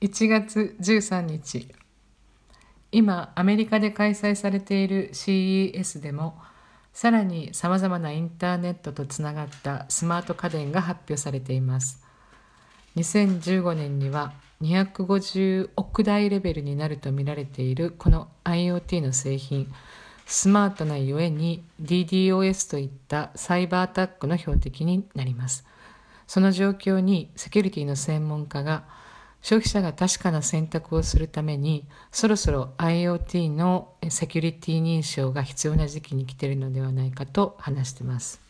1月13日、今アメリカで開催されている CES でもさらにさまざまなインターネットとつながったスマート家電が発表されています。2015年には250億台レベルになると見られているこの IoT の製品、スマートなゆえに DDoS といったサイバーアタックの標的になります。その状況にセキュリティの専門家が、消費者が確かな選択をするためにそろそろ IoT のセキュリティ認証が必要な時期に来ているのではないかと話しています。